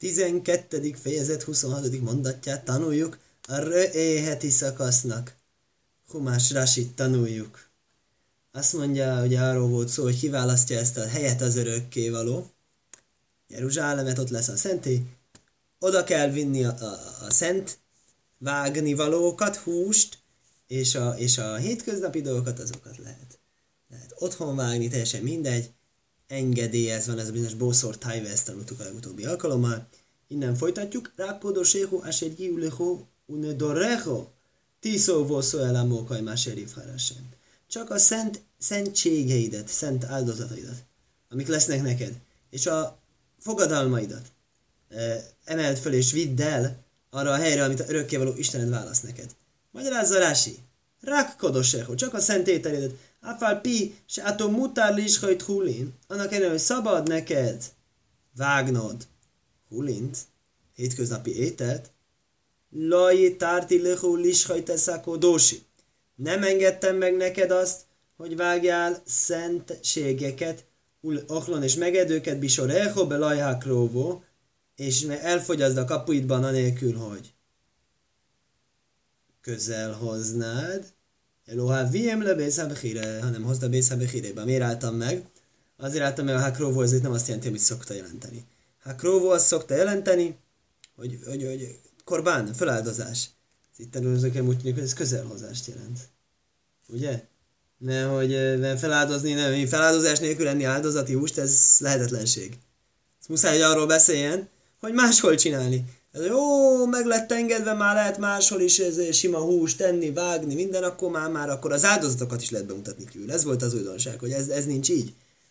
12. fejezet 26. mondatját tanuljuk a röéheti szakasznak. Humás Rasit tanuljuk. Azt mondja, hogy arról volt szó, hogy kiválasztja ezt a helyet az örökkévaló. Jeruzsálemet, ott lesz a szentély. Oda kell vinni a szent vágni valókat, húst, és a hétköznapi dolgokat, azokat lehet otthon vágni, teljesen mindegy. Engedélyez van ez a bizonyos bószor tájve, ezt tanultuk a legutóbbi alkalommal. Innen folytatjuk. Rákodoséhu ased giulehu unedoreho tiszó voszó elamókaj máserif harasem. Csak a szentségeidet, szent áldozataidat, amik lesznek neked, és a fogadalmaidat emeld föl és vidd el arra a helyre, amit a örökkévaló Istened válasz neked. Magyarázza Rási. Rákodoséhu, csak a szent ételédet. Áfál pi, se atom mutár lishajt hulin. Annak ellenére, hogy szabad neked vágnod hulint, hétköznapi ételt, laj tárti lehu lishajt eszakodósi. Nem engedtem meg neked azt, hogy vágjál szentségeket, ochlon és megedőket, bisoreho be lajhákróvó, és elfogyaszd a kapuidban anélkül, hogy közel hoznád, Eloha viem le Bészabechire, hanem hozd a Bészabechirebe. Miért álltam meg? Azért álltam meg, a Hakróvó, ez itt nem azt jelenti, amit szokta jelenteni. Hakróvó azt szokta jelenteni, hogy korbán, feláldozás. Itt tanulózóként úgy tűnik, hogy ez közelhozást jelent. Ugye? Mert feláldozni, nem, feláldozás nélkül enni áldozati húst, ez lehetetlenség. Ez muszáj, hogy arról beszéljen, hogy máshol csinálni. Ez, jó, meg lett engedve, már lehet máshol is sima húst tenni, vágni, minden, akkor már akkor az áldozatokat is lehet bemutatni kívül. Ez volt az újdonság, hogy ez nincs így.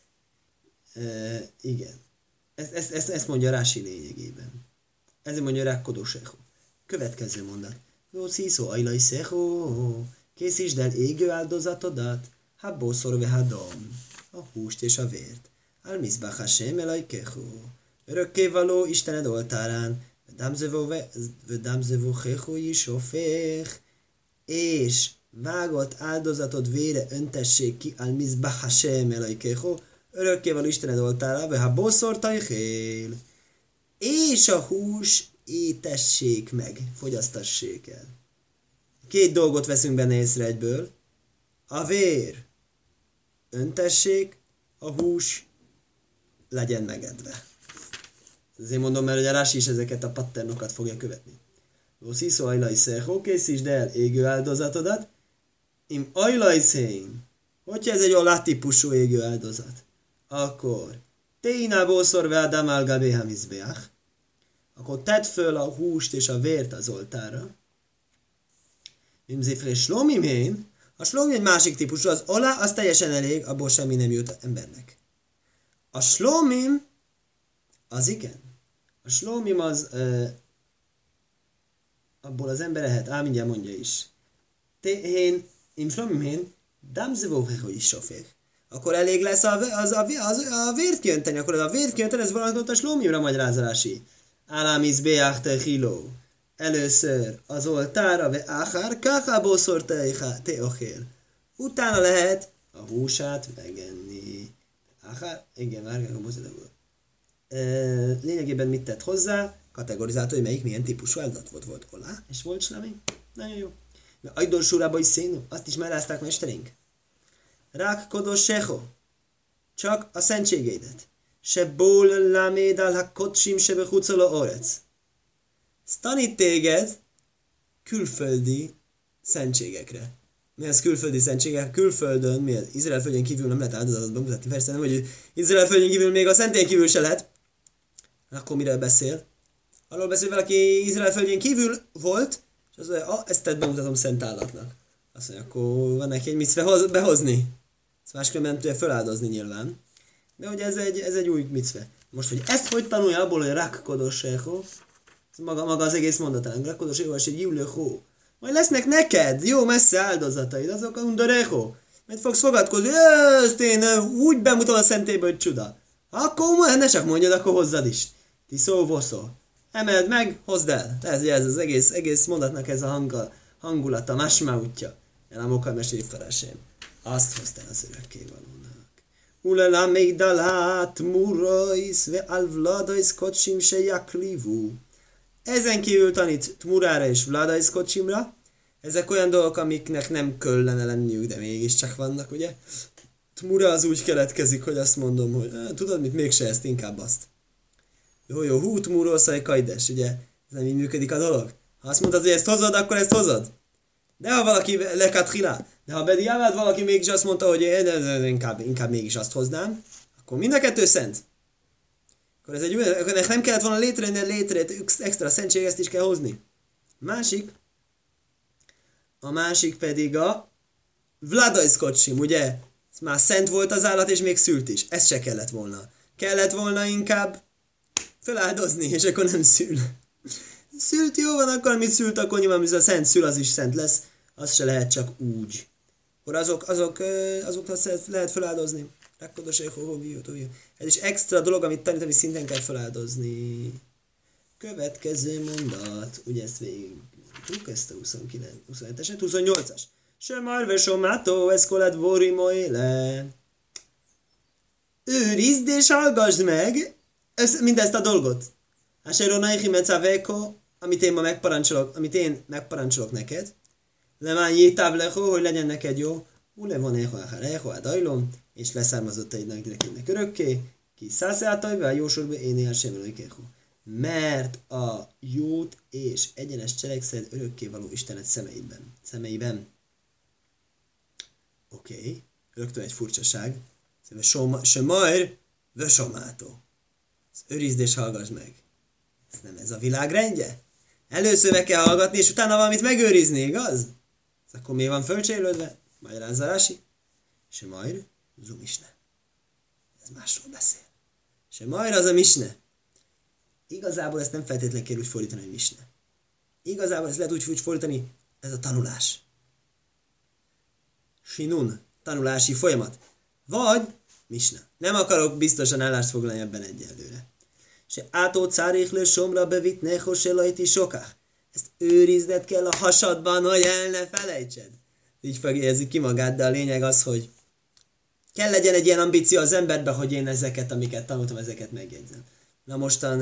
Igen. Ezt mondja Rási lényegében. Ezért mondja Rákodoséhu. Következő mondat. Jó, sziszó, ajlai széhó, készítsd el égő áldozatodat, habószor vehadom, a húst és a vért. Al-mizbach Hashem elajkehu, örökkévaló Istened oltárán, Vödámzevóhéhu is oféh, és vágott áldozatod vére öntessék ki, al-mizbach Hashem elajkehu, örökkévaló Istened oltárán, vehabószor tajhél, és a hús étessék meg, fogyasztassék el. Két dolgot veszünk benne észre egyből. A vér öntessék, a hús legyen megedve. Ezért mondom, mert a Rási is ezeket a patternokat fogja követni. Lósziszó ajlaj széhó, készítsd el égő áldozatodat. Im ajlaj szén, hogyha ez egy alátípusú égő áldozat, akkor téiná bószor ve adam al gabé hamizbeach, akkor tedd föl a húst és a vért az oltára. Imzifre slomimén, a slomim egy másik típusú, az olá, az teljesen elég, abból semmi nem jut embernek. A slomim, az igen. A slomim az, abból az ember ehet, mindjárt mondja is. Én, im slomimén, damzevóheho is sofék. Akkor elég lesz a vért kiönteni, akkor a vért kiönteni, ez valamit a slomimra magyarázási. Álámiz beach tehiló. Először az oltára, ve áhár, káhábószor teochél. Utána lehet a húsát megenni. Áhár, igen, várják a bószor. Lényegében mit tett hozzá? Kategorizálta, hogy melyik milyen típusú áldozat volt olá, és volt slami. Nagyon jó. Ajdonsúrába is szénú, azt is merázták mesterink. Rák kodos seho. Csak a szentségeidet. Se ból lámédál ha kocsim se behucoló orec. Ez tanít téged külföldi szentségekre. Mi az külföldi szentségek? Külföldön, mi az? Izrael földjén kívül nem lehet áldozatot bemutatni. Persze nem, hogy Izrael földjén kívül még a szentén kívül se lehet. Akkor miről beszél? Arról beszél, valaki Izrael földjén kívül volt, és azt mondja, ezt bemutatom szent állatnak. Azt mondja, akkor van neki egy micve behozni. Ezt máskülönben tudja feláldozni nyilván. De ugye ez egy új micve. Most, hogy ezt hogy tanulja abból, hogy rakkodosého, maga az egész mondatán, rakkodosého, és egy júlőhó. Majd lesznek neked jó messze áldozataid, azok a undoreho. Mert fogsz fogadkozni, ezt én úgy bemutatom a szentébe, hogy csuda. Akkor ne csak mondjad, akkor hozzad is. Ti szó. Emeld meg, hozd el. Ez az egész mondatnak ez a hangulata, másmá útja. Elámokkal mesélj felesém. Azt hoztál az örökkévalónak. Ulala migdalát murais ve alvladais kocsim se jaklivu. Ezen kívül tanít Tmurára és Vladais kocsimra. Ezek olyan dolgok, amiknek nem kellene lenniük, de mégiscsak vannak, ugye? Tmura az úgy keletkezik, hogy azt mondom, hogy tudod mit, mégse ezt, inkább azt. Jó, hú, Tmurószai kajdes, ugye? Ez nem így működik a dolog. Ha azt mondod, hogy ezt hozod, akkor ezt hozod. De ha valaki lekatrila, de ha bediávád valaki mégis azt mondta, hogy inkább mégis azt hoznám, akkor mind a kettő szent. Akkor ez egy olyan, nem kellett volna létre extra szentség, ezt is kell hozni. A másik pedig a Vladais kocsim, ugye? Már szent volt az állat, és még szült is. Ez se kellett volna. Kellett volna inkább feláldozni, és akkor nem szül. Szült, jó van, akkor amit szült, akkor nyilván, a szent szül, az is szent lesz. Az se lehet csak úgy. Akkor azokat lehet feláldozni. Ez is extra dolog, amit tanít, ami szinten kell feláldozni. Következő mondat. Ugye ezt végig ezt a 27-eset, 28-as. Semar vesomátó, eszkolát vorimoile. Őrizd és hallgassd meg mindezt a dolgot. Aseronaichi mecaveko, amit én megparancsolok neked. Lemán jétáv leho, hogy legyen neked jó. Ule van eho adajlom, és leszármazott egy gyerekének örökké. Ki szászátajve a jósorba én sem mert a jót és egyenes cselekszed örökkévaló Istenet szemeiben. Oké. Rögtön egy furcsaság. Semajr vösomátó. Őrizd és hallgass meg. Ez nem ez a világ rendje? Először meg kell hallgatni, és utána valamit megőrizni, igaz? Ez akkor mi van fölcsérlődve? Magyarázza Rási. Semajr zumisne. Ez másról beszél. Semajr az a misne. Igazából ezt nem feltétlenül kell úgy fordítani, hogy misne. Igazából ezt lehet úgy fordítani, ez a tanulás. Sinun, tanulási folyamat. Vagy misna. Nem akarok biztosan állást foglalni ebben egyelőre. Se átó cárich le somra bevitt neho se lajti sokák. Ezt őrizned kell a hasadban, hogy el ne felejtsed. Így fejezzük ki magát, de a lényeg az, hogy kell legyen egy ilyen ambíció az emberben, hogy én ezeket, amiket tanultam, ezeket megjegyzem. Na mostan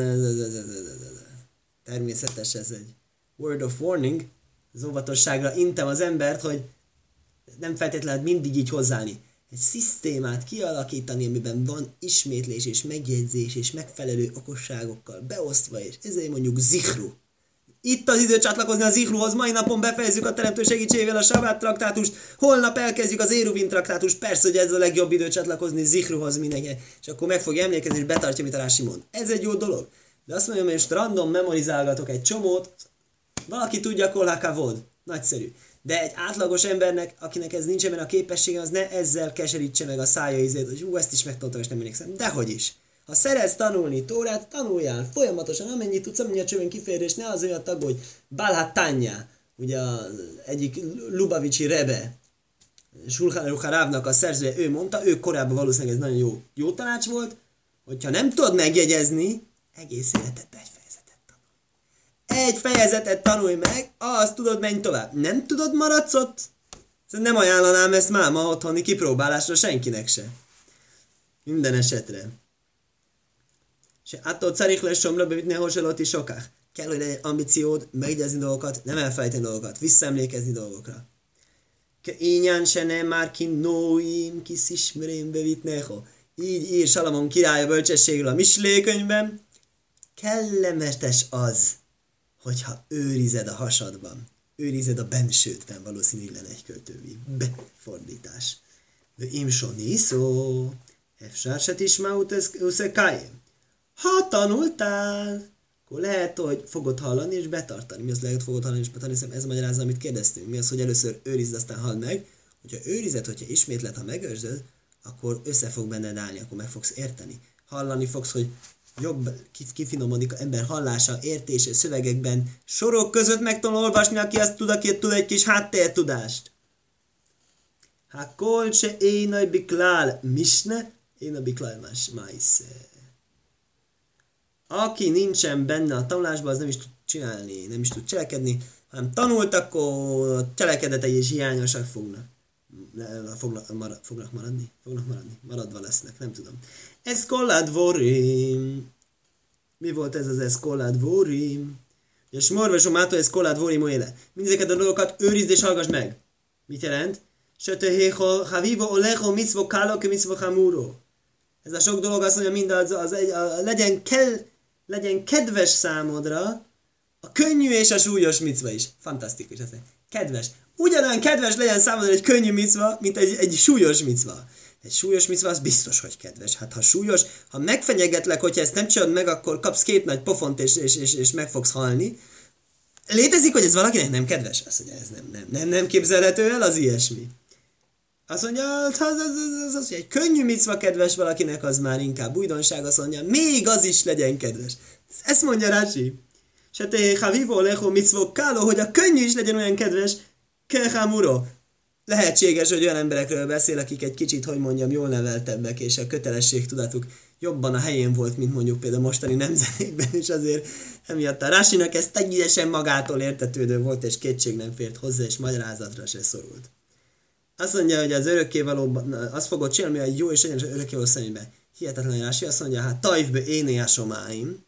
természetes ez egy word of warning, az óvatosságra intem az embert, hogy nem feltétlenül mindig így hozzáállni. Egy szisztémát kialakítani, amiben van ismétlés és megjegyzés és megfelelő okosságokkal beosztva, és ezért mondjuk zichru. Itt az idő csatlakozni a zichruhoz, mai napon befejezzük a teremtő segítségével a Sabát traktátust, holnap elkezdjük az Éruvin traktátust, persze, hogy ez a legjobb idő csatlakozni zichruhoz mindenki, és akkor meg fogja emlékezni, és betartja, mit a Rási mond. Ez egy jó dolog. De azt mondjam, hogy most random memorizálgatok egy csomót, valaki tudja, kolháka volt. Nagyszerű. De egy átlagos embernek, akinek ez nincs ebben a képessége, az ne ezzel keserítse meg a szája ízét, hogy ezt is megtanultam, és nem emlékszem. Dehogy is. Ha szeretsz tanulni Tórát, tanuljál folyamatosan, amennyit tudsz, amennyi a csövön kifér, és ne az olyan tag, hogy Balhat Tanya, ugye az egyik Lubavicsi Rebe, Shulchan Aruch Harávnak a szerzője, ő mondta, ő korábban valószínűleg ez nagyon jó tanács volt, hogyha nem tudod megjegyezni, egész életedben egy fejezetet tanulj meg, azt tudod, menj tovább. Nem tudod, maradsz ott? Nem ajánlanám ezt máma otthoni kipróbálásra senkinek se. Minden esetre. Se attól carich lesz somra bevitni hozzaloti sokák. Kell, hogy legyen ambíciód, megjegyezni dolgokat, nem elfelejteni dolgokat, visszaemlékezni dolgokra. Ke ényán se nem már ki nóim, ki szismerén bevitneho. Így ír Salamon király a bölcsességről a Mislé könyvben. Kellemetes az, hogyha őrized a hasadban, őrized a bensődben, valószínűleg lenne egy költői befordítás. De imsoni szó, efsárset is mautekai. Ha tanultál, akkor lehet, hogy fogod hallani és betartani. Mi az lehet fogod hallani és betartani? Hiszen ez magyarázza, amit kérdeztünk. Mi az, hogy először őrizd, aztán halld meg. Hogyha őrized, hogyha ismétled, ha megőrzöd, akkor össze fog benned állni, akkor meg fogsz érteni. Hallani fogsz, hogy jobb kifinomodik az ember hallása, értése, szövegekben, sorok között megtanul olvasni, aki azt tud, aki tud egy kis háttértudást. Ha kol se énaj biklál misne, énaj biklál májsze. Aki nincsen benne a tanulásban, az nem is tud csinálni, nem is tud cselekedni, hanem tanult, akkor cselekedetei is hiányosak fognak. Fognak maradni? Fognak maradni. Maradva lesznek, nem tudom. Eszkolad vorim. Mi volt ez az eszkolad vorim? És morvesum ától eszkolad vorim éle. Mindezeket a dolgokat őrizd és hallgass meg. Mit jelent? Sötöhého havivo oleho mitzvo kálok mitzvo hamuro. Ez a sok dolog azt mondja, mind legyen kedves számodra a könnyű és a súlyos micva is. Fantasztikus. Kedves. Ugyanolyan kedves legyen számodra egy könnyű micva, mint egy súlyos micva. Egy súlyos micva az biztos, hogy kedves. Hát ha súlyos, ha megfenyegetlek, hogyha ezt nem csinálod meg, akkor kapsz 2 nagy pofont és meg fogsz halni. Létezik, hogy ez valakinek nem kedves? Azt mondja, ez nem képzelhető el az ilyesmi. Azt mondja, az egy könnyű micva kedves valakinek, az már inkább újdonság, azt mondja, még az is legyen kedves. Ezt mondja Rashi. Se te havivo leho mitzvok káló, hogy a könnyű is legyen olyan kedves, kehamuro. Lehetséges, hogy olyan emberekről beszél, akik egy kicsit, hogy mondjam, jól neveltebbek, és a kötelességtudatuk jobban a helyén volt, mint mondjuk például mostani nemzetékben, és azért emiatt a Rashinak ez teljesen magától értetődő volt, és kétség nem fért hozzá, és magyarázatra se szorult. Azt mondja, hogy az örökkévalóban, azt fogod csinálni, hogy jó és egyenes örökkévaló személyben. Hihetetlen Rashi, azt mondja, hát tajvbe énéásomáim,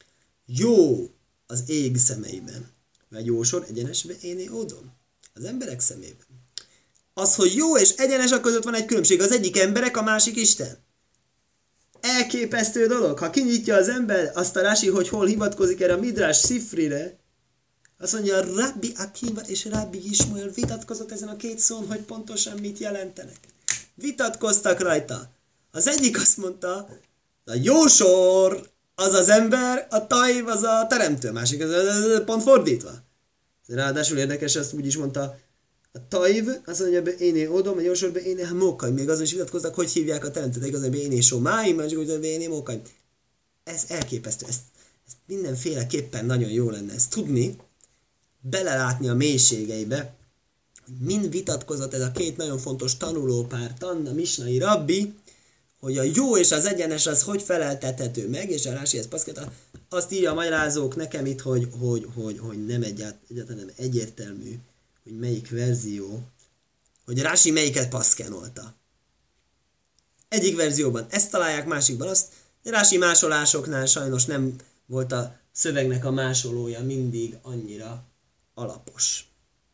jó az ég szemeiben, vagy jósor egyenesbe éné ódom, az emberek szemében. Az, hogy jó és egyenes, a között van egy különbség. Az egyik emberek, a másik Isten. Elképesztő dolog. Ha kinyitja az ember azt a Rashi, hogy hol hivatkozik erre a Midrash Szifrire, azt mondja, Rabbi Akiva és Rabbi Ismael vitatkozott ezen a 2 szón, hogy pontosan mit jelentenek. Vitatkoztak rajta. Az egyik azt mondta, a jósor az az ember, a tajv az a teremtő. A másik az pont fordítva. Ráadásul érdekes, azt úgy is mondta, a tajv, azt mondja, be éné odom, a jósor be éné mókai. Még azon is vitatkoztak, hogy hívják a teremtőt. Igazán be éné somáim, másik úgy, be éné mókai. Ez elképesztő. Ez mindenféleképpen nagyon jó lenne ezt tudni, belelátni a mélységeibe, hogy mind vitatkozott ez a 2 nagyon fontos tanulópár, Tanna, Misnai, Rabbi, hogy a jó és az egyenes az hogy feleltethető meg, és a Rashi ezt paszkálta, azt írja a magyarázók nekem itt, hogy nem egyáltalán nem egyértelmű, hogy melyik verzió, hogy Rashi melyiket paszkenolta. Egyik verzióban ezt találják, másikban azt, de Rashi másolásoknál sajnos nem volt a szövegnek a másolója mindig annyira alapos.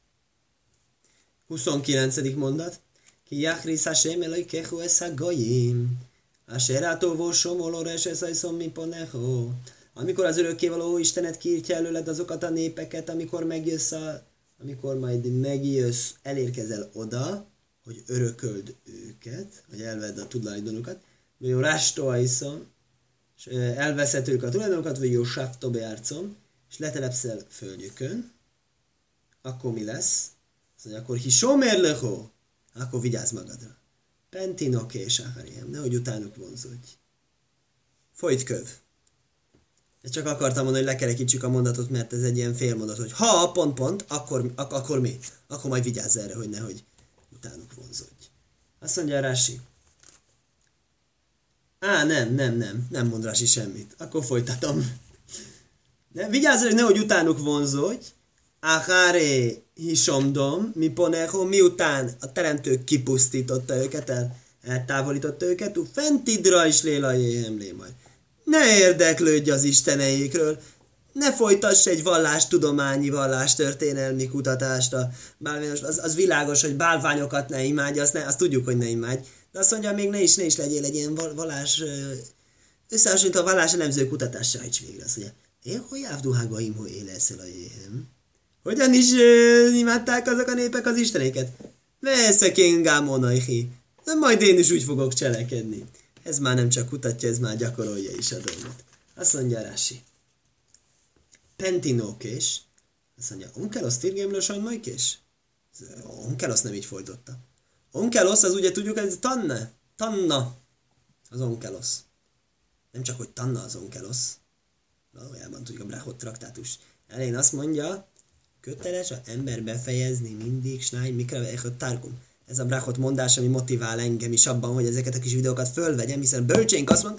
29. mondat. Ki jachris Hashem Elokechu es hagoyim, asher atovó somolor es eszajszom mi ponecho. Amikor az örökkévaló Istenet kiírtja előled azokat a népeket, amikor majd megjössz, elérkezel oda, hogy örököld őket, vagy elvedd a tulajdonukat, vagy jó rástoaiszom, és elveszed őket a tulajdonukat, vagy jó sáftobeárcom, és letelepszel földjükön, akkor mi lesz? Azt mondja, akkor hisomer leho, akkor vigyázz magadra. Pentinoké és áhariem, nehogy utánuk vonzódj. Folyt köv. Ezt csak akartam mondani, hogy lekerekítsük a mondatot, mert ez egy ilyen félmondat, hogy ha, pont, akkor mi? Akkor majd vigyázz erre, hogy nehogy utánuk vonzódj. Azt mondja Rashi. Nem mond Rashi semmit. Akkor folytatom. Vigyázz, hogy nehogy utánuk vonzódj. Aháré hisomdom, mi poneho, miután a teremtő kipusztította őket, eltávolította őket, fentidra is lélajéhem lémaj. Ne érdeklődj az isteneikről, ne folytass egy vallástudományi, vallástörténelmi kutatást, az világos, hogy bálványokat ne imádj, azt tudjuk, hogy ne imádj, de azt mondja, még ne is legyél egy ilyen vallás, összehasonlítva a vallás elemző kutatással is végre. Azt mondja, én hogy jávduhágaim, hogy éleszel a jéhem? Hogyan is imádták azok a népek az istenéket? Veszekén gámonajhi, majd én is úgy fogok cselekedni. Ez már nem csak kutatja, ez már gyakorolja is a dolgot. Azt mondja Rashi. Pentinókés. Azt mondja, onkelosz tirgémlősajn majkés? Onkelosz nem így folytotta. Onkelosz, az ugye tudjuk, ez Tanna az onkelosz. Nem csak, hogy Tanna az onkelosz. Valójában tudjuk a Brachot traktátus. Elején azt mondja, köteles az ember befejezni mindig, snáj, mikra vejhött targum. Ez a Brachot mondás, ami motivál engem is abban, hogy ezeket a kis videókat fölvegyem, hiszen bölcsénk azt mondták,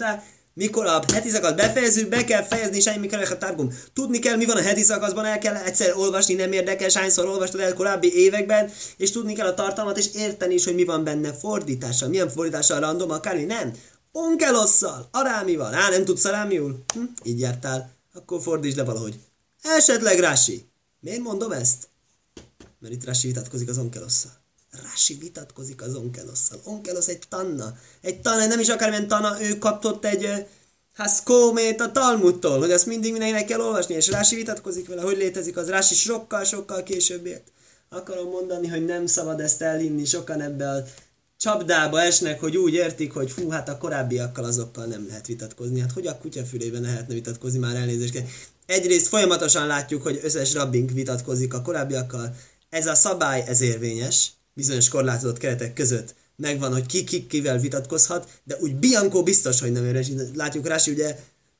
Mikor a heti szakasz befejezzük, be kell fejezni, semmi kell a tárgum. Tudni kell, mi van a heti szakaszban, el kell egyszer olvasni, nem érdekes, hányszor olvastad el korábbi években, és tudni kell a tartalmat, és érteni is, hogy mi van benne fordítással. Milyen fordítással, random, akármi, nem. Onkelosszal, arámival. Nem tudsz arámiul? Így jártál. Akkor fordítsd le valahogy. Esetleg Rashi. Miért mondom ezt? Mert itt Rashi vitatkozik az onkelosszal. Rashi vitatkozik az onkelosszal. Onkelosz egy tanna. Egy tanna, nem is akármilyen tanna, ő kapott egy haszkómét a Talmudtól, hogy azt mindig mindenkinek kell olvasni, és Rashi vitatkozik vele, hogy létezik az. Rashi sokkal később ért. Akarom mondani, hogy nem szabad ezt elhinni, sokan ebbe a csapdába esnek, hogy úgy értik, hogy fú, hát a korábbiakkal azokkal nem lehet vitatkozni. Hát hogy a kutyafülében lehetne vitatkozni, már elnézést. Egyrészt folyamatosan látjuk, hogy összes rabbink vitatkozik a korábbiakkal. Ez a szabály, ez érvényes, bizonyos korlátozott keretek között megvan, hogy kivel vitatkozhat, de úgy Bianco biztos, hogy nem érvényes. Látjuk, Rashi ugye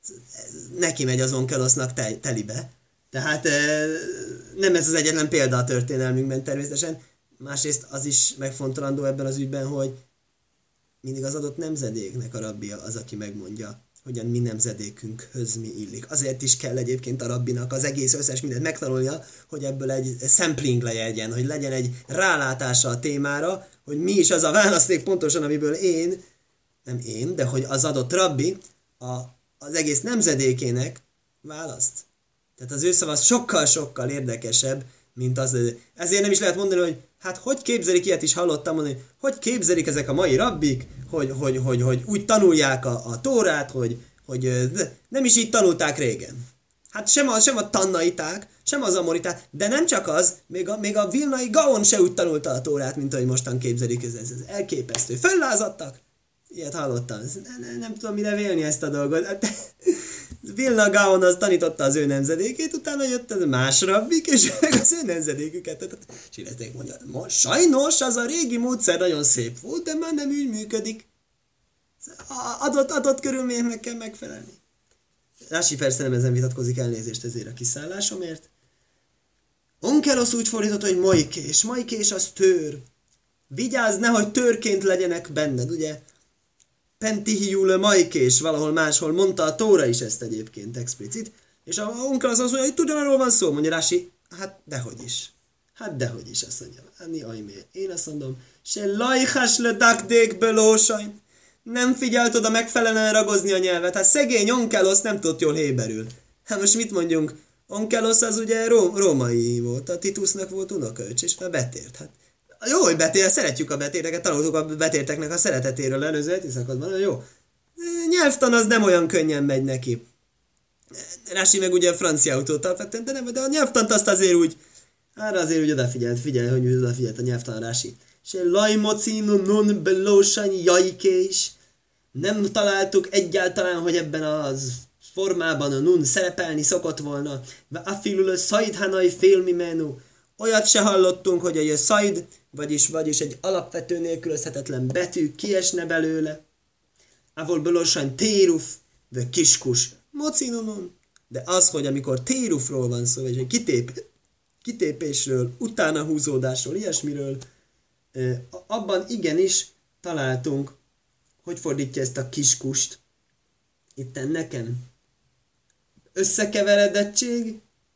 neki megy az onkelosznak telibe. Tehát nem ez az egyetlen példa a történelmünkben természetesen. Másrészt az is megfontolandó ebben az ügyben, hogy mindig az adott nemzedéknek a rabbia az, aki megmondja, hogy a mi nemzedékünkhöz mi illik. Azért is kell egyébként a rabbinak az egész összes mindent megtanulnia, hogy ebből egy sampling legyen, hogy legyen egy rálátása a témára, hogy mi is az a választék pontosan, amiből nem én, de hogy az adott rabbi az egész nemzedékének választ. Tehát az ő szava sokkal érdekesebb, mint az. Ezért nem is lehet mondani, hogy hát hogy képzelik, ilyet is hallottam mondani, hogy képzelik ezek a mai rabbik, hogy úgy tanulják a Tórát, hogy nem is így tanulták régen. Hát sem a tannaiták, sem az amoriták, de nem csak az, még a vilnai Gaon se úgy tanulta a Tórát, mint ahogy mostan képzelik, ez elképesztő. Föllázadtak! Ilyet hallottam. Nem tudom, mire vélni ezt a dolgot. Vilna Gaon az tanította az ő nemzedékét, utána jött ez más rabbik, és meg az ő nemzedéküket. És érezték, mondja, sajnos az a régi módszer nagyon szép volt, de már nem úgy működik. Adott körülményeknek kell megfelelni. Rashi persze nem ezen vitatkozik, elnézést ezért a kiszállásomért. Onkelosz úgy fordított, hogy majkés az tőr. Vigyázz, nehogy tőrként legyenek benned, ugye? Pentihiul majkés, valahol máshol mondta a Tóra is ezt egyébként explicit. És a Onkelosz azt mondja, hogy ugyanarról van szó, mondja Rashi, hát dehogy is, azt mondja. Én azt mondom, se lajhás le dakdék belósajn. Nem figyelt oda megfelelően ragozni a nyelvet. Hát szegény Onkelosz nem tudott jól héberül. Hát most mit mondjunk? Onkelosz az ugye római volt, a Titusnak volt unokaöcs, és már betért. Hát jó, hogy betért, szeretjük a betérteket, tanultuk a betérteknek a szeretetéről előző etiszakadban, jó. Nyelvtan az nem olyan könnyen megy neki. Rashi meg ugye francia tudott alapvetően, de a nyelvtant azt azért úgy, arra azért úgy figyelj, hogy odafigyelt a nyelvtan Rashi. Se lajmocinu non belósan jajkés. Nem találtuk egyáltalán, hogy ebben az formában a nun szerepelni szokott volna. Ve afilul szaidhanai félmi menu. Olyat se hallottunk, hogy a szaid, vagyis egy alapvető nélkülözhetetlen betű kiesne belőle. Avol belósan téruf, ve kiskus. Mocinunun. De az, hogy amikor térufról van szó, vagy egy kitépésről, utána húzódásról, ilyesmiről, abban igenis találtunk, hogy fordítja ezt a kiskust. Itten nekem összekeveredettség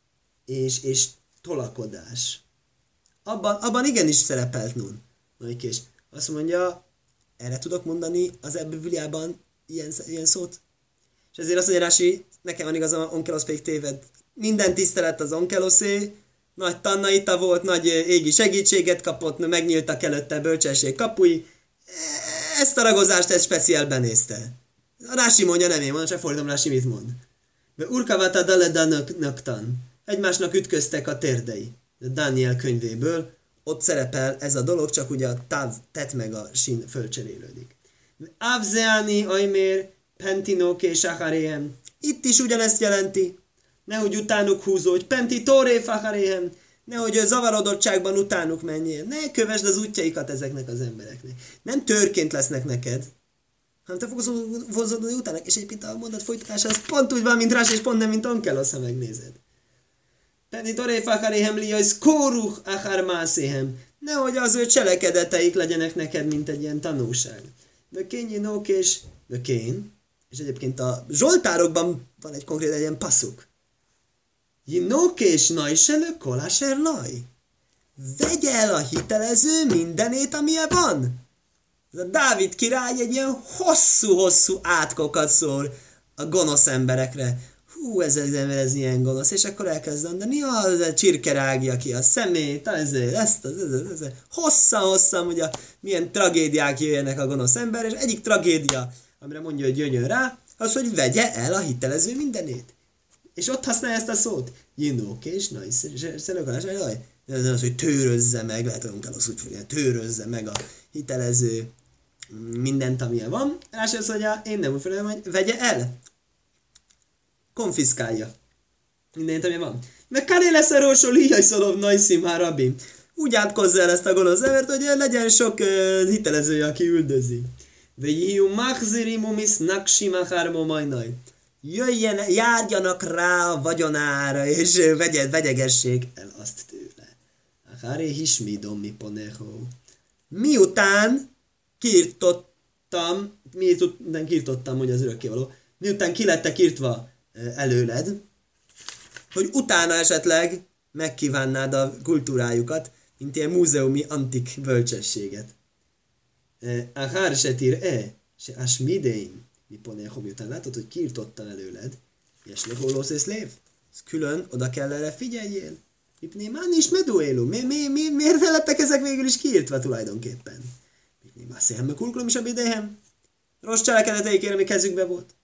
és tolakodás. Abban igenis szerepelt nun. Nagykés. Azt mondja, erre tudok mondani az Bibliában ilyen szót? És ezért azt mondja Rashi, nekem van igazam, Onkelosz pedig téved. Minden tisztelet az Onkeloszé, nagy tannaita volt, nagy égi segítséget kapott, megnyíltak előtte bölcsesség kapui. Ezt a ragozást egy speciál benézte. A Rashi mondja, nem én mondom, csak fordítom Rashi mit mond. De urkavata daledanaktan. Egymásnak ütköztek a térdei. De Dániel könyvéből ott szerepel ez a dolog, csak ugye a táv tett meg a sin fölcserélődik. Avzeani ajmér pentinok és acharéhem. Itt is ugyanezt jelenti. Nehogy utánuk húzódj, penti tóré facharéhem. Nehogy zavarodottságban utánuk menjél. Ne kövesd az útjaikat ezeknek az embereknek. Nem törként lesznek neked, hanem te fogsz vonzódni utána. És egyébként a mondat folytatása az pont úgy van, mint Rashi, és pont nem, mint Onkelosz, ha megnézed. Penti tóré facharéhem liajsz kóruch achar mászéhem. Nehogy az ő cselekedeteik legyenek neked, mint egy ilyen tanúság. De kényinók és És egyébként a Zsoltárokban van egy konkrét egy ilyen passzuk. Jinok és najselő koláser laj. Vegye el a hitelező mindenét, amilyen van. Ez a Dávid király egy ilyen hosszú-hosszú átkokat szól a gonosz emberekre. Hú, ez ilyen gonosz, és akkor elkezd mondani, az a csirke rágja ki a szemét, ezt. Hosszan, hogy milyen tragédiák jöjjenek a gonosz ember, és egyik tragédia, amire mondja, hogy jöjjön rá, az, hogy vegye el a hitelező mindenét. És ott használja ezt a szót. Jinók és ez az, hogy tőrözze meg, lehet, hogy Unkelosz úgy fogja, tőrözze meg a hitelező mindent, amilyen van. Rásra azt mondja, én nem úgy fogom, hogy vegye el. Konfiszkálja. Mindent, amilyen van. Meg Karé lesz a rósol, híjaj szolov najszim harabi. Úgy átkozza el ezt a gonosz embert, hogy legyen sok hitelezője, aki üldözi. Vejiu machzirimu mis naksima harmo majnaj. Járjanak rá a vagyonára, és vegyegessék el azt tőle. Akáré hismidom mi poneho. Miután kiirtottam, hogy az örökkévaló, miután ki lettek írtva előled, hogy utána esetleg megkívánnád a kultúrájukat, mint ilyen múzeumi antik bölcsességet. Akár se tír se asmideim, mi poneho, miután látod, hogy kiirtottam előled, és lehólósz és lév, külön oda kell erre figyeljél. Már nincs meduélú. Miért lettek ezek végül is kiírtva tulajdonképpen? Már szélme kulkulom is a bidéhem. Rossz cselekedeteikért, ami kezükbe volt.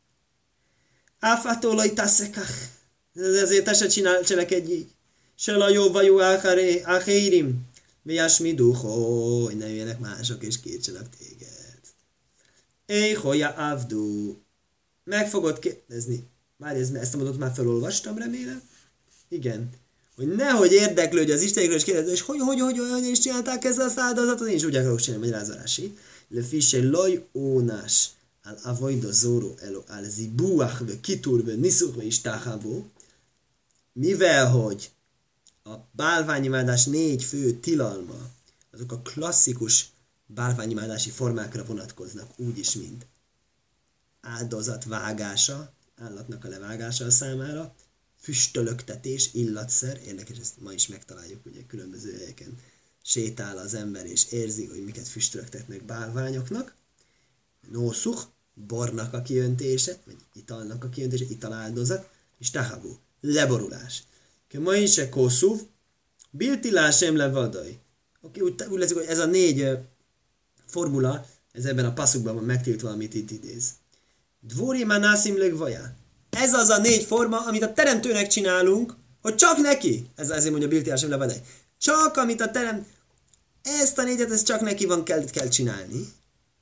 Áfátólai taszekach. Ezért te se cselekedj így. Se la jó vajú áhérim. Miás mi duhó, hogy ne jöjjenek mások és kétsenek téged. Éj, hoja avdu. Meg fogod kérdezni. Várj, ezt a mondatot már felolvastam, remélem. Igen. Hogy nehogy érdeklődj az Istenekről, és kérdezni, és hogy is csinálták ezzel a áldozatot, én is úgy akarok csinálni, hogy rázarási. Le fise loj ónás al avoida zoro elo al zibuach ve kitur ve niszuch ve istachavo, mivel hogy a bálványimádás 4 fő tilalma, azok a klasszikus bálványimádási formákra vonatkoznak, úgyis, mint áldozat vágása, állatnak a levágása a számára, füstölöktetés, illatszer, érdekes, ezt ma is megtaláljuk, ugye különböző helyeken sétál az ember, és érzi, hogy miket füstölöktetnek bálványoknak, nószuch, bornak a kijöntése, vagy italnak a kijöntése, italáldozat, és tahabú, leborulás. Ma is se kószuv, biltilásem levadaj. Oké, úgy lesz, hogy ez a 4 formula, ez ebben a passzukban van megtiltva, amit itt idéz. Dvori manászim legvaja. Ez az a 4 forma, amit a teremtőnek csinálunk, hogy csak neki, ezért mondja biltilásem levadaj, csak amit a ezt a 4-et, ezt csak neki van kell csinálni,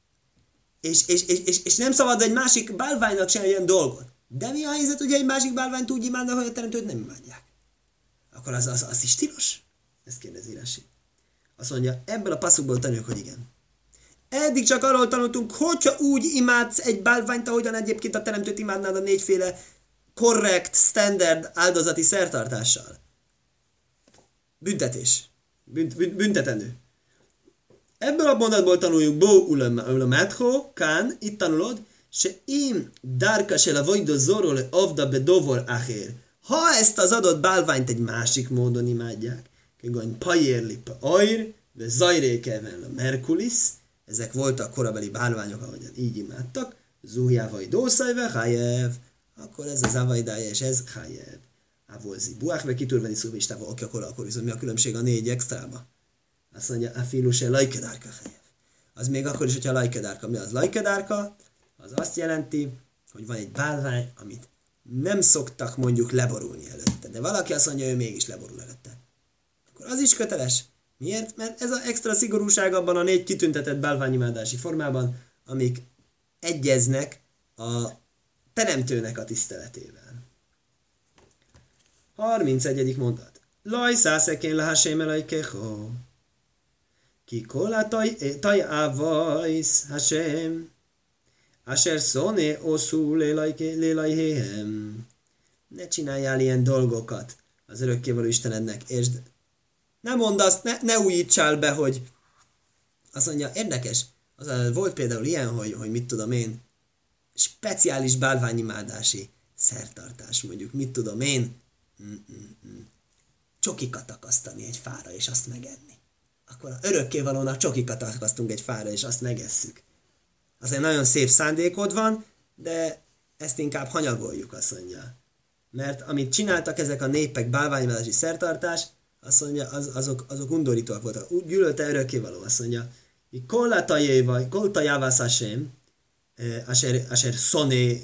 és nem szabad egy másik bálványnak csinálni ilyen dolgot. De mi a helyzet, hogy egy másik bálványt úgy imádnak, hogy a teremtőt nem imádják? Akkor az is tilos? Ezt kérdezi Rashi. Azt mondja, ebből a passzukból tanuljuk, hogy igen. Eddig csak arról tanultunk, hogyha úgy imádsz egy bálványt, ahogyan egyébként a teremtőt imádnád a 4 féle korrekt, standard áldozati szertartással. Büntetés. Büntetendő. Ebből a mondatból tanuljuk, Bo ulamatho, Kán, itt tanulod, se im dárka se la vajdo zorol avda bedovor achér. Ha ezt az adott bálványt egy másik módon imádják, kegony pajérli pa ajr, ve zajrékeven a merkulis, ezek voltak korabeli bálványok, ahogyan így imádtak, zuhjávai dószajve, hájev, akkor ez az avajdája, és ez hájev. Ávolzi buákve kitúrveni szóvistával, oké, akkor viszont mi a különbség a 4 extrába? Azt mondja, a filuse lajkedárka hájev. Az még akkor is, hogyha lajkedárka. Mi az lajkedárka? Az azt jelenti, hogy van egy bálvány, amit nem szoktak mondjuk leborulni előtte. De valaki azt mondja, ő mégis leborul előtte. Akkor az is köteles. Miért? Mert ez az extra szigorúság abban a 4 kitüntetett bálványimádási formában, amik egyeznek a teremtőnek a tiszteletével. 31. mondat. Laj szászekén lahásém elajkeho. Ki kola taj ávajsz hásém. Asher szoné oszú lélajhéhem. Ne csináljál ilyen dolgokat az örökkévaló Istenednek, és ne mondd azt, ne újítsál be, hogy azt mondja, érdekes, volt például ilyen, hogy mit tudom én, speciális bálványimádási szertartás, mondjuk, mit tudom én, csokikat akasztani egy fára, és azt megenni. Akkor örökkévalónak csokikat akasztunk egy fára, és azt megesszük. Azért nagyon szép szándékod van, de ezt inkább hanyagoljuk, azt mondja. Mert amit csináltak ezek a népek, bálványimádási szertartás, azt mondja, azok undorítóak voltak. Úgy gyűlölte örökkévaló, azt mondja, koltajávász Hashem, asher szoné,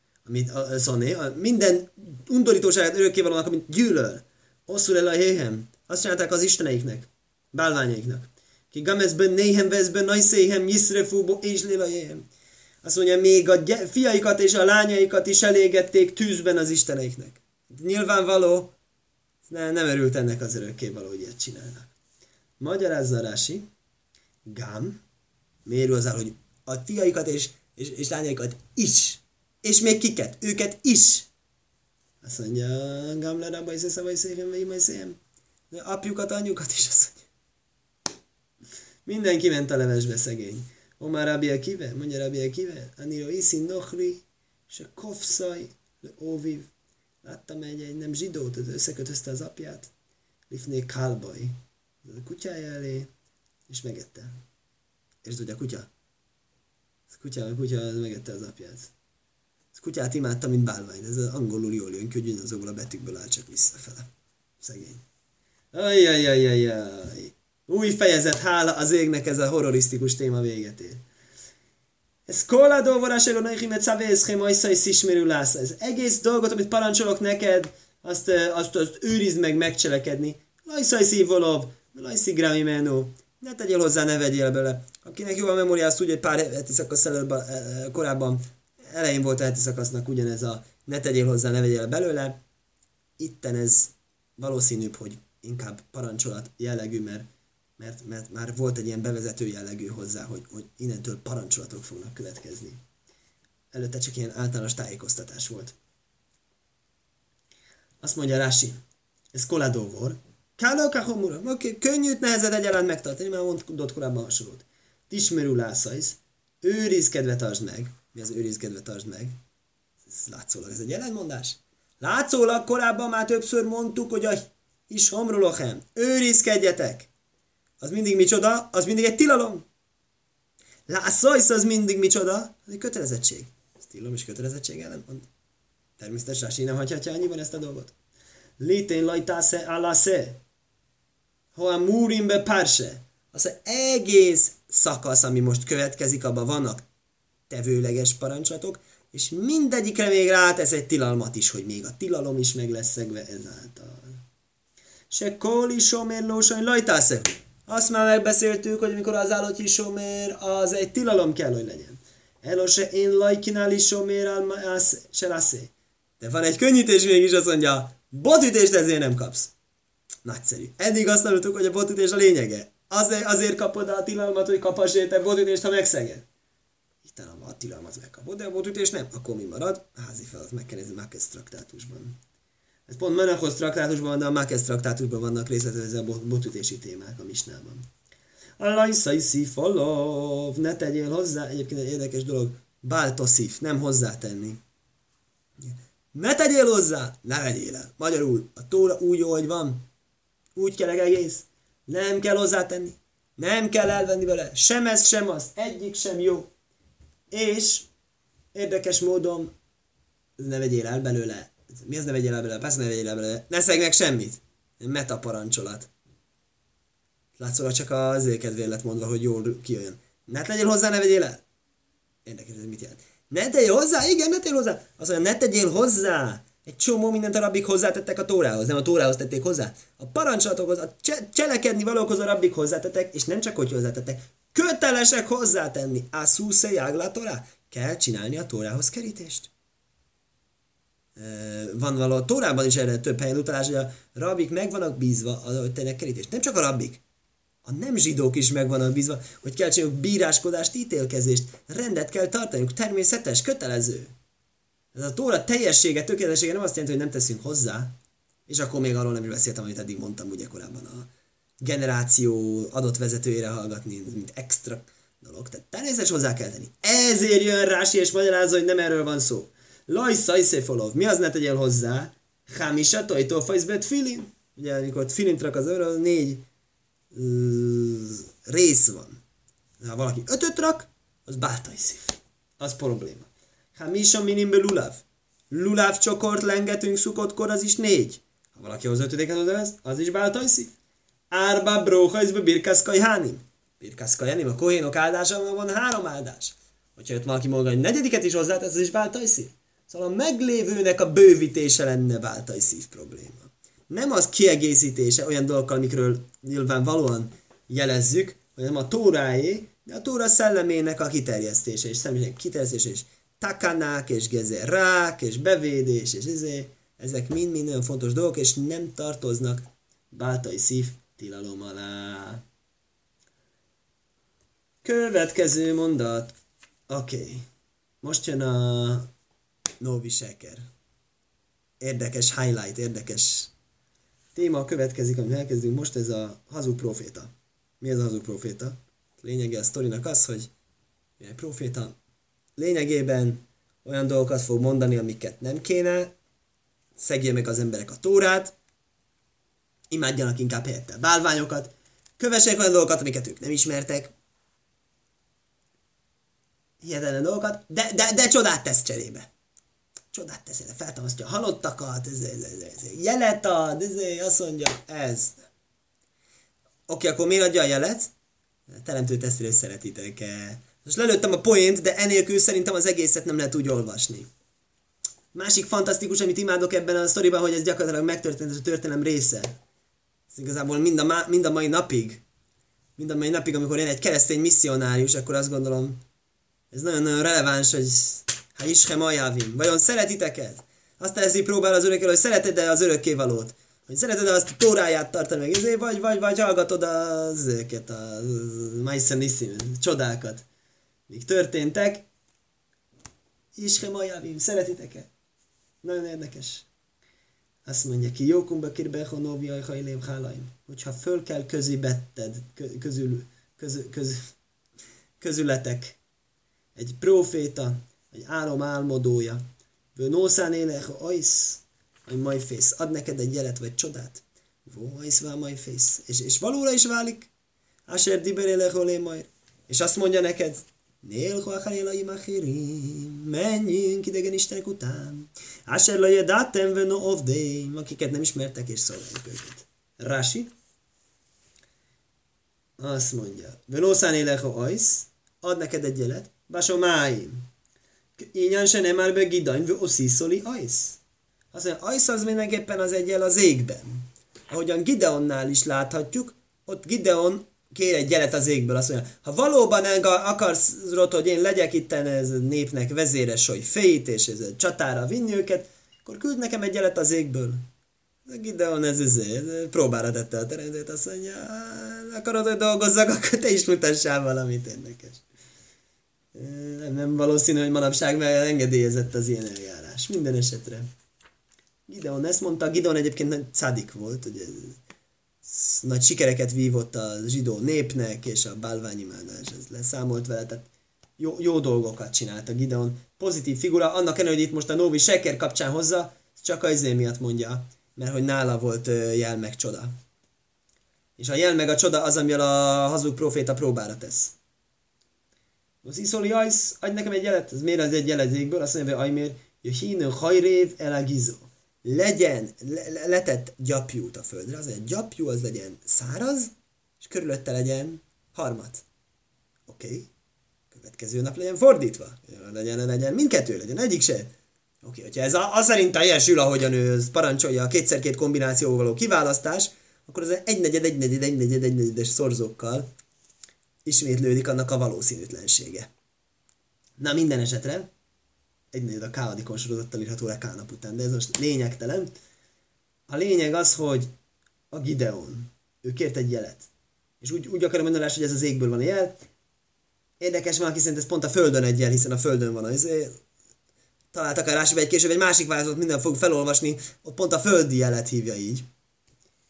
minden undorítóságát örökkévalónak, amit gyűlöl. Osszul el a héhem. Azt csinálták az isteneiknek, bálványaiknak. Ki gamezben néhem veszben najszéhem nyiszrefúbo és lélajéhem. Azt mondja, még a fiaikat és a lányaikat is elégették tűzben az isteneiknek. Nyilvánvaló, nem örült ennek az örökkévaló, hogy ilyet csinálnak. Magyarázza Rási, Gám, miért az hogy a fiaikat és lányaikat is, és még kiket, őket is. Azt mondja, Gám le rabba isze szava iszéhem, ve ima iszéhem. De apjukat, anyukat is, azt mondja. Mindenki ment a levesbe, szegény. Omar Rabbi Akiva, mondja Rabbi Akiva, Aniro iszi nochri, se kofszaj, le óviv. Láttam egy nem zsidót, összekötözte az apját, lifné kálbaj, a kutyája elé, és megette. És tudja, a kutya? A kutya megette az apját. A kutyát imádta, mint bálvány. Ez az angolul jól jön, hogy ugyanazokból a betűkből áll csak visszafele. Szegény. Ajjajjajjajjaj. Új fejezet, hála az égnek, ez a horrorisztikus téma véget ér. Ez koladó varáselo neichimet szavészhem ajszai szismerű lásza. Ez egész dolgot, amit parancsolok neked, azt őrizd meg megcselekedni. Lajszai szívolov, lajszi grami menú. Ne tegyél hozzá, ne vegyél bele. Akinek jó a memória, azt tudja, hogy pár heti szakasz korábban elején volt a heti szakasznak ugyanez a ne tegyél hozzá, ne vegyél belőle. Itten ez valószínűbb, hogy inkább parancsolat jellegű, mert már volt egy ilyen bevezető jellegű hozzá, hogy innentől parancsolatok fognak következni. Előtte csak ilyen általános tájékoztatás volt. Azt mondja Rási, ez koladóvor. Kálóka homura. Oké, könnyűt, nehezed egyaránt megtartani, már mondott korábban hasonlót. Tismerú lászaisz, őrizkedve tartsd meg. Mi az őrizkedve tartsd meg? Ez látszólag, ez egy jelentmondás? Látszólag korábban már többször mondtuk, hogy a is homrulochem, őrizkedjetek. Az mindig micsoda? Az mindig egy tilalom. Lászajsz, az mindig micsoda? Az egy kötelezettség. Ez tilalom és kötelezettség ellen mond. Természetesen Rási nem hagyhatja annyiban ezt a dolgot. Létén lajtásze alásze. Hoa múrimbe párse. Az egész szakasz, ami most következik, abban vannak tevőleges parancsolatok, és mindegyikre még rátesz egy tilalmat is, hogy még a tilalom is meg lesz szegve ezáltal. Se kóli somér lósany lajtásze. Azt már megbeszéltük, hogy amikor az állott isomér, az egy tilalom kell, hogy legyen. Elose én lajkinál isomér se lászé. De van egy könnyítés mégis, azt mondja, botütést ezért nem kapsz. Nagyszerű. Eddig azt tanultuk, hogy a botütés a lényege. Azért kapod a tilalmat, hogy kaphass érte botütést, ha megszeged. Itt a tilalmat megkapod, de a botütés nem. Akkor mi marad? A házi feladat meg kell nézni Mákesz traktátusban. Ez pont Menachos traktátusban van, de a Mákesz traktátusban vannak részletezve a botütési témák a misnában. A lajszai szífolov, ne tegyél hozzá, egyébként egy érdekes dolog, báltoszíf, nem hozzátenni. Ne tegyél hozzá, ne vegyél el. Magyarul, a tóra úgy jó, hogy van, úgy kell egész, nem kell hozzátenni, nem kell elvenni vele, sem ez, sem az, egyik sem jó. És érdekes módon ne vegyél el belőle. Mi az ne vegyél el belőle? Persze ne vegyél el belőle. Ne szegnek semmit. Meta parancsolat. Látszólag csak azért kedvéért lett mondva, hogy jól kijön. Ne tegyél hozzá, ne vegyél el. Érdekes, ez mit jelent. Ne tegyél hozzá? Igen, ne tegyél hozzá. Azt mondja, ne tegyél hozzá. Egy csomó mindent a rabbik hozzátettek a tórához. Nem a tórához tették hozzá. A parancsolatokhoz, a cselekedni valókhoz a rabbik hozzátettek, és nem csak hogy hozzátettek. Kötelesek hozzátenni. A szúsze jáglá torá. Kell csinálni a tórához kerítést. Van valahol a Tórában is erre több helyen utalás, hogy a rabbik meg vannak bízva, hogy tennek kerítést. Nem csak a rabbik, a nem zsidók is meg vannak bízva, hogy kell csináljuk bíráskodást, ítélkezést, rendet kell tartaniuk, természetes, kötelező. Ez a Tóra teljessége, tökéletessége nem azt jelenti, hogy nem teszünk hozzá, és akkor még arról nem is beszéltem, amit eddig mondtam ugye korábban, a generáció adott vezetőjére hallgatni, mint extra dolog. Tehát természetesen hozzá kell tenni. Ezért jön Rási és magyarázza, hogy nem erről van szó. Laj szajszéfolov. Mi az ne tegyél hozzá? Hámisa tojtó fajszbet filin. Ugye, amikor filint rak az őre, 4 rész van. Ha valaki 5-öt rak, az báltajszív. Az probléma. Hámisa minimbe lulav. Lulav csokort lengetünk szukottkor, az is 4. Ha valaki az 5-öt oda az is báltajszív. Árba bróhajzbe birkaszkaj hánim. Birkaszkaj hánim, a kohénok áldása van 3 áldás. Hogyha jött valaki maga, hogy 4-et is hozzátesz, az is báltajszív. Szóval a meglévőnek a bővítése lenne báltajszív probléma. Nem az kiegészítése olyan dolgokkal, amikről nyilvánvalóan jelezzük, hogy nem a tóráé, de a tóra szellemének a kiterjesztése, és személynek kiterjesztése, és takanák, és gezerák, és bevédés, és ezek mind nagyon fontos dolgok, és nem tartoznak báltajszív tilalom alá. Következő mondat. Oké. Most jön a Novi Seker. Érdekes highlight, érdekes téma következik, amit elkezdünk most, ez a hazug proféta. Mi ez a hazug proféta? Lényege a sztorinak az, hogy egy proféta lényegében olyan dolgokat fog mondani, amiket nem kéne, szegje meg az emberek a tórát, imádjanak inkább helyette bálványokat, kövessék olyan dolgokat, amiket ők nem ismertek, hihetetlen dolgokat, de csodát tesz cserébe. Csodát tesz, feltámasztja a halottakat, jelet ad, azt mondja, ez. Oké, akkor miért adja a jelet? Teremtő tesztről szeretitek. Most lelőttem a poént, de enélkül szerintem az egészet nem lehet úgy olvasni. Másik fantasztikus, amit imádok ebben a sztoriban, hogy ez gyakorlatilag megtörtént a történelem része. Ez igazából mind a mai napig, amikor én egy keresztény misszionárius, akkor azt gondolom, ez nagyon-nagyon releváns, hogy ha ishem ajávim. Vajon szeretitek ezt? Azt teszi próbál az örökkel, hogy szereted-e az örökkévalót? Hogy szereted-e azt a tóráját tartani meg, vagy hallgatod ezeket a Maiszenissim csodákat, míg történtek. Ishem ajávim, szeretitek-e? Nagyon érdekes. Azt mondja ki, jókumba kirbeho noviai hajlém hálaim. Hogyha föl kell közibetted, közületek egy próféta, egy álmodója, nószán élek, ajsz, vagy majfész, ad neked egy jelet vagy csodát, ajsz vá majfész, és valóra is válik, Asher diber élek olé majd, és azt mondja neked, nélhu achanélaim achirim, menjünk idegen istenek után, Asher la jedátem veno ovdeim, akiket nem ismertek és szolgáljuk őket. Rási azt mondja, nószán élek, ajsz, ad neked egy jelet, Basomáim. Ínyan se nem már be gidain, osziszoli ajsz. Azt mondja, ajsz az mindenképpen az egy jel az égben. Ahogyan Gideonnál is láthatjuk, ott Gideon kér egy jelet az égből. Azt mondja, ha valóban akarsz, hogy én legyek itten ez népnek vezéres, hogy féit, és ez csatára vinni őket, akkor küld nekem egy jelet az égből. Gideon ez próbára tette a teremtőt, azt mondja, akarod, hogy dolgozzak, akkor te is mutassál valamit érdekes. Nem valószínű, hogy manapság engedélyezett az ilyen eljárás. Minden esetre. Gideon ezt mondta, Gideon egyébként nagy szádik volt, ugye, nagy sikereket vívott a zsidó népnek, és a bálványimádás, ez leszámolt vele, tehát jó dolgokat csinálta Gideon. Pozitív figura, annak ellenére, hogy itt most a Novi Seker kapcsán hozza, csak az miatt mondja, mert hogy nála volt jel meg csoda. És a jel meg a csoda az, amivel a hazug proféta próbára tesz. Az iszoli ajsz, adj nekem egy jelet, ez miért az egy jelet égből, azt mondja, hogy ajmér, jöhínő hajrév elagizó. Legyen, letett gyapjút a földre, az egy gyapjú, az legyen száraz, és körülötte legyen harmat. Oké. Következő nap legyen fordítva. Legyen mindkettő, legyen egyik se. Oké, hogyha ez az szerint teljesül, ahogyan ő parancsolja a 2x2 kombinációval való kiválasztás, akkor az egynegyedes szorzókkal ismétlődik annak a valószínűtlensége. Na, minden esetre, egynegyed a K-adikon sorozattal írható le K-nap után, de ez most lényegtelen. A lényeg az, hogy a Gideon, ő kért egy jelet. És úgy akarom mondani, hogy ez az égből van a jel. Érdekes, valaki szerint ez pont a földön egy jel, hiszen a földön van az. Találtak a Rásiba egy később egy másik változatot, minden fog felolvasni, ott pont a földi jelet hívja így.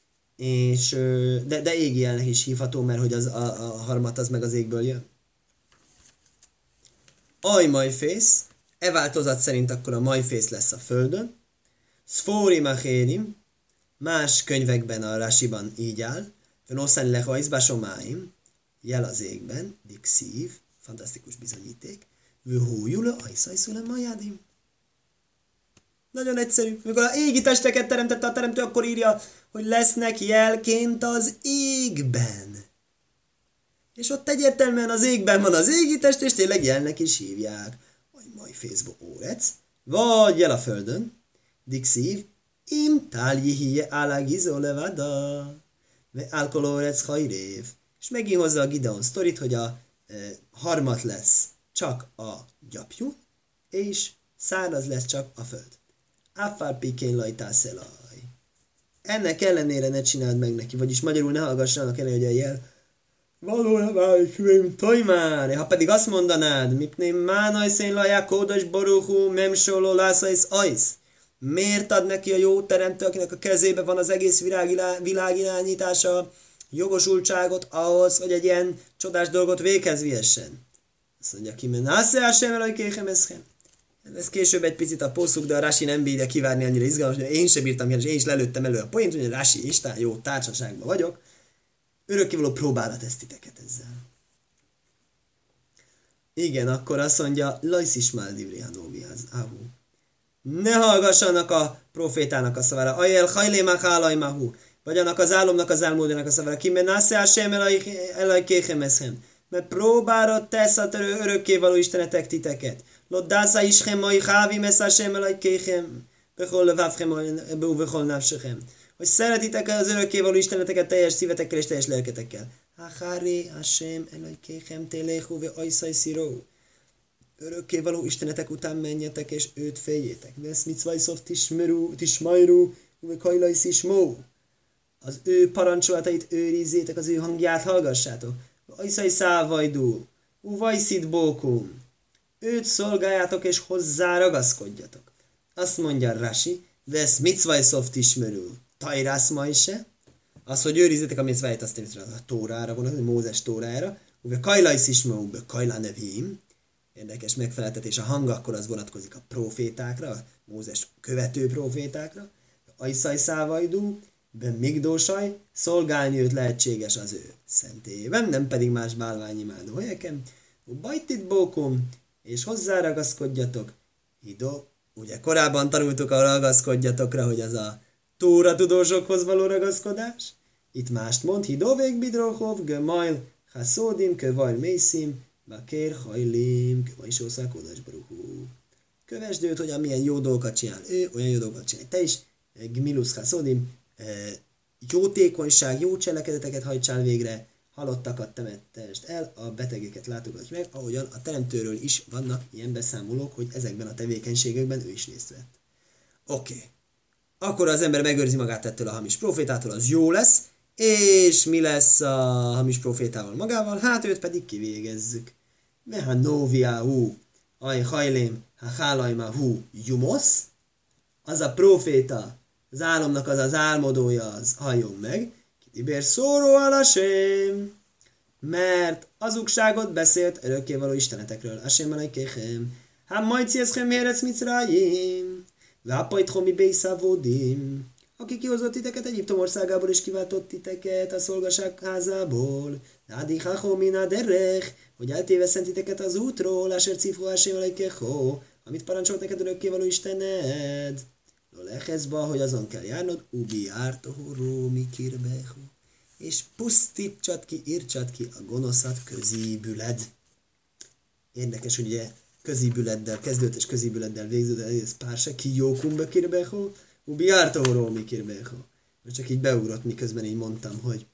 És, de égi jelnek is hívható, mert hogy a harmat az meg az égből jön. majfész, változat szerint akkor a majfész lesz a földön, szfóri machérim, más könyvekben a Rashiban így áll, Venoszán lehajsz basomáim, jel az égben, dikszív, fantasztikus bizonyíték, vőhújula ajszajszule majádim. Nagyon egyszerű. Mikor a égi testeket teremtette a teremtő, akkor írja, hogy lesznek jelként az égben. És ott egyértelműen az égben van az égi test, és tényleg jelnek is hívják. Vagy majfészbo órec, vagy jel a földön, dikszív, im táljihi álagizó levada, ve álkolórec hajrév. És megint hozza a Gideon sztorit, hogy a harmat lesz csak a gyapjú, és száraz lesz csak a föld. Áffár pikén lajtászelaj. Ennek ellenére ne csináld meg neki, vagyis magyarul ne hallgassanak el, hogy a jel valójában tojmár. Ha pedig azt mondanád, mipném mánaj szén laják kódos boruhú memsoló lászaisz ajsz. Miért ad neki a jó teremtő, akinek a kezébe van az egész világ irányítása, jogosultságot ahhoz, hogy egy ilyen csodás dolgot véghez vihessen? Azt mondja ki, mert násze sem elajkéhem eszhem. Ez később egy picit a poszuk, de a Rashi nem bírja kivárni annyira izgalmas, hogy én sem bírtam, és én is lelőttem elő a poént, hogy a Rashi Istán jó társaságban vagyok. Örökkévaló próbára tesz titeket ezzel. Igen, akkor azt mondja, Lajsz Ismál Divrihanóviház, áhú. Ne hallgassanak a profétának a szavára, ajel hajlémák álajmáhú, vagy annak az álomnak az álmódjának a szavára, ki menásze sem elajkéhemezhem, mert próbára tesz a örökkévaló istenetek titeket. Loddásza ishem mai hávi messzá sem elajkéhem, behol levávhem, behol návsöhem. Hogy szeretitek az örökkévaló isteneteket teljes szívetekkel és teljes lelketekkel. Háhári, Hashem, elajkéhem, téléhú, ve ajszaj szíró. Örökkévaló istenetek után menjetek, és őt féljétek. Vesz mitzvajszov tismajru, ve kajlajsz ismó. Az ő parancsolatait őrizzétek, az ő hangját hallgassátok. Ajszaj szávajdú, uvajszid bókum. Őt szolgáljátok, és hozzá ragaszkodjatok. Azt mondja Rashi, vesz mitzvajszov tismajru. Tajrász ma is se. Az, hogy őrizzétek a mitzvájt, azt a Tórára vonatkozik, Mózes Tórára. Uve kajlajsz ismó, be kajlá nevím. Érdekes megfeleltetés, a hang akkor az vonatkozik a profétákra, a Mózes követő profétákra. Ajszaj szávajdú, be migdósaj, szolgálni őt lehetséges az ő szentélyében, nem pedig más bálványimádó helyeken. Bajtit bókum, és hozzáragaszkodjatok. Hidó, ugye korábban tanultuk a ragaszkodjatokra, hogy az a Tóra tudósokhoz való ragaszkodás. Itt mást mond, hidó végbidróhov, gömajl, haszódim, kövajl mészim, bakér hajlim, vagyis oszálkodás baruhú. Kövesd őt, hogy amilyen jó dolgokat csinál ő, olyan jó dolgokat csinálj te is. Gmilusz haszódim, jótékonyság, jó cselekedeteket hajtsál végre, halottakat temettest el, a betegeket látogatj meg, ahogyan a teremtőről is vannak ilyen beszámolók, hogy ezekben a tevékenységekben ő is részt vett. Oké. Akkor az ember megőrzi magát ettől a hamis profétától, az jó lesz, és mi lesz a hamis profétával magával? Hát őt pedig kivégezzük. Meha noviahu, aj hajlém, ha hálajmahu jumosz, az a proféta, az álomnak az álmodója, az halljon meg, kitibér szóró alasém, mert azugságot beszélt örökkévaló istenetekről. Asém alajkéhem, hát majd cieszhem hérec micrájim, vápajtchom mi bészávódim, aki kihozott titeket Egyiptom országából, és kiváltott titeket a szolgaság házából. Nádi hachó mina derech, hogy eltéveszent titeket az útról, asher cifhó asém alajkéhó, amit parancsolt neked örökkévaló Istened. Lolechezba, hogy azon kell járnod, ubi ártohoró mikirbehu, és pusztítsad ki, írtsad ki a gonoszat közíbüled. Érdekes, hogy ugye közíbüleddel kezdődött, és közíbüleddel végződött, ez párse ki jókum bekirbehu, ubi ártohoró mikirbehu. Most csak így beugrott, miközben így mondtam, hogy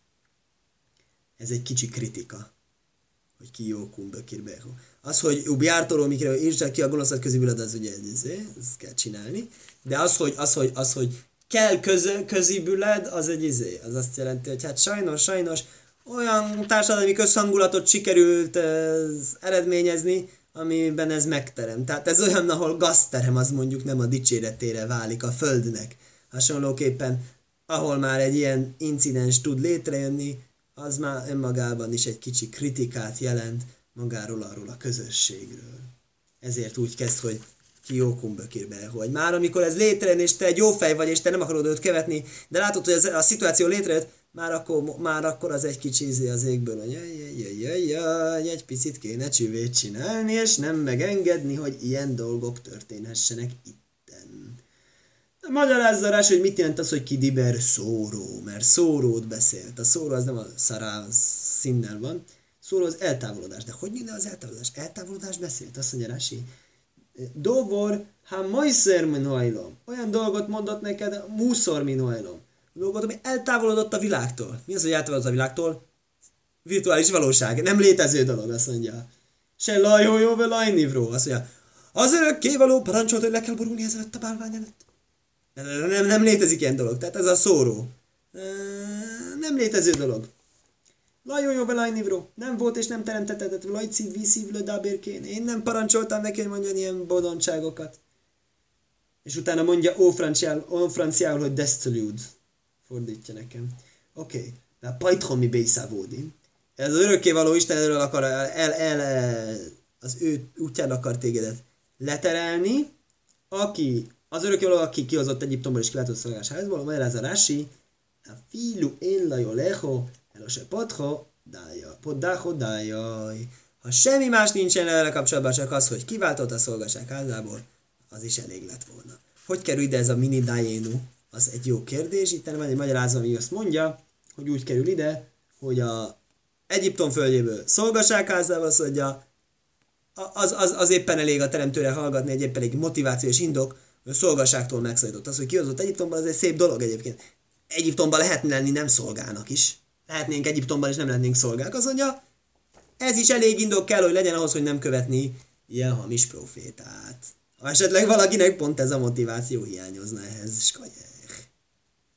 ez egy kicsi kritika, hogy ki jókum bekirbehu. Az, hogy ubi ártohoró mikirbehu, írtsad ki a gonoszat közíbüled, az ugye ezt kell csinálni. De az, hogy kell közibüled, az egy az azt jelenti, hogy hát sajnos olyan társadalmi közhangulatot sikerült eredményezni, amiben ez megterem. Tehát ez olyan, ahol gazterem, az mondjuk nem a dicséretére válik a földnek. Hasonlóképpen, ahol már egy ilyen incidens tud létrejönni, az már önmagában is egy kicsi kritikát jelent magáról, arról a közösségről. ezért úgy kezd, hogy ki jókun bökérbe, hogy már amikor ez létrejön, és te egy jó fej vagy, és te nem akarod őt követni, de látod, hogy a szituáció létrejött, már akkor az egy kicsi az égből, hogy jaj, egy picit kéne csüvét csinálni, és nem megengedni, hogy ilyen dolgok történhessenek itten. Magyarázza rá, hogy mit jelent az, hogy kidiber szóró, mert szórót beszélt. A szóró az nem a szará színnel van, szóró az eltávolodás. De hogy minden az eltávolodás? Eltávolodás beszélt, azt mondja Rási. Dovor, ha majszer minhajlom. Olyan dolgot mondott neked, múszor minhajlom. Dolgot, ami eltávolodott a világtól. Mi az, hogy eltávolodott a világtól? Virtuális valóság. Nem létező dolog, azt mondja. Se lajhó ve lajnivró. Azt mondja, az örökkévaló parancsolt, hogy le kell borulni ezelőtt a bálvány előtt. Nem létezik ilyen dolog. Tehát ez a szóró. Nem létező dolog. Lajó ve lajnivró. Nem volt és nem teremtetett. Lajcid víszívlő dábérkén. Én nem parancsoltam neki, hogy mondjon ilyen bodonságokat. És utána mondja franciául, hogy desztolúd. Fordítja nekem. Oké. De a pajthomi bészávódi. Ez az örökkévaló Isten erről akar az ő útján akar tégedet leterelni, az örökkévaló, aki kihozott Egyiptomból és kilátott szolgálás házból, majd ez a Rási, a filu én lajo leho, elose potho, poddaho dájaj. Ha semmi más nincsen vele kapcsolatban, csak az, hogy kiváltott a szolgaság házából, az is elég lett volna. Hogy kerül ide ez a mini dájénu? Az egy jó kérdés. Itt van egy magyarázó, ami azt mondja, hogy úgy kerül ide, hogy a Egyiptom földjéből szolgaságházába azt mondja, az éppen elég a teremtőre hallgatni, egy éppen egy motivációs indok, hogy a szolgaságtól megszólított. Az, hogy kihozott Egyiptomban, az egy szép dolog egyébként. Egyiptomban lehetne lenni nem szolgának is. Lehetnénk Egyiptomban és nem lennénk szolgák. Az mondja, ez is elég indok kell, hogy legyen ahhoz, hogy nem követni ilyen hamis profétát. Ha esetleg valakinek pont ez a motiváció hiányozna ehhez, skajel.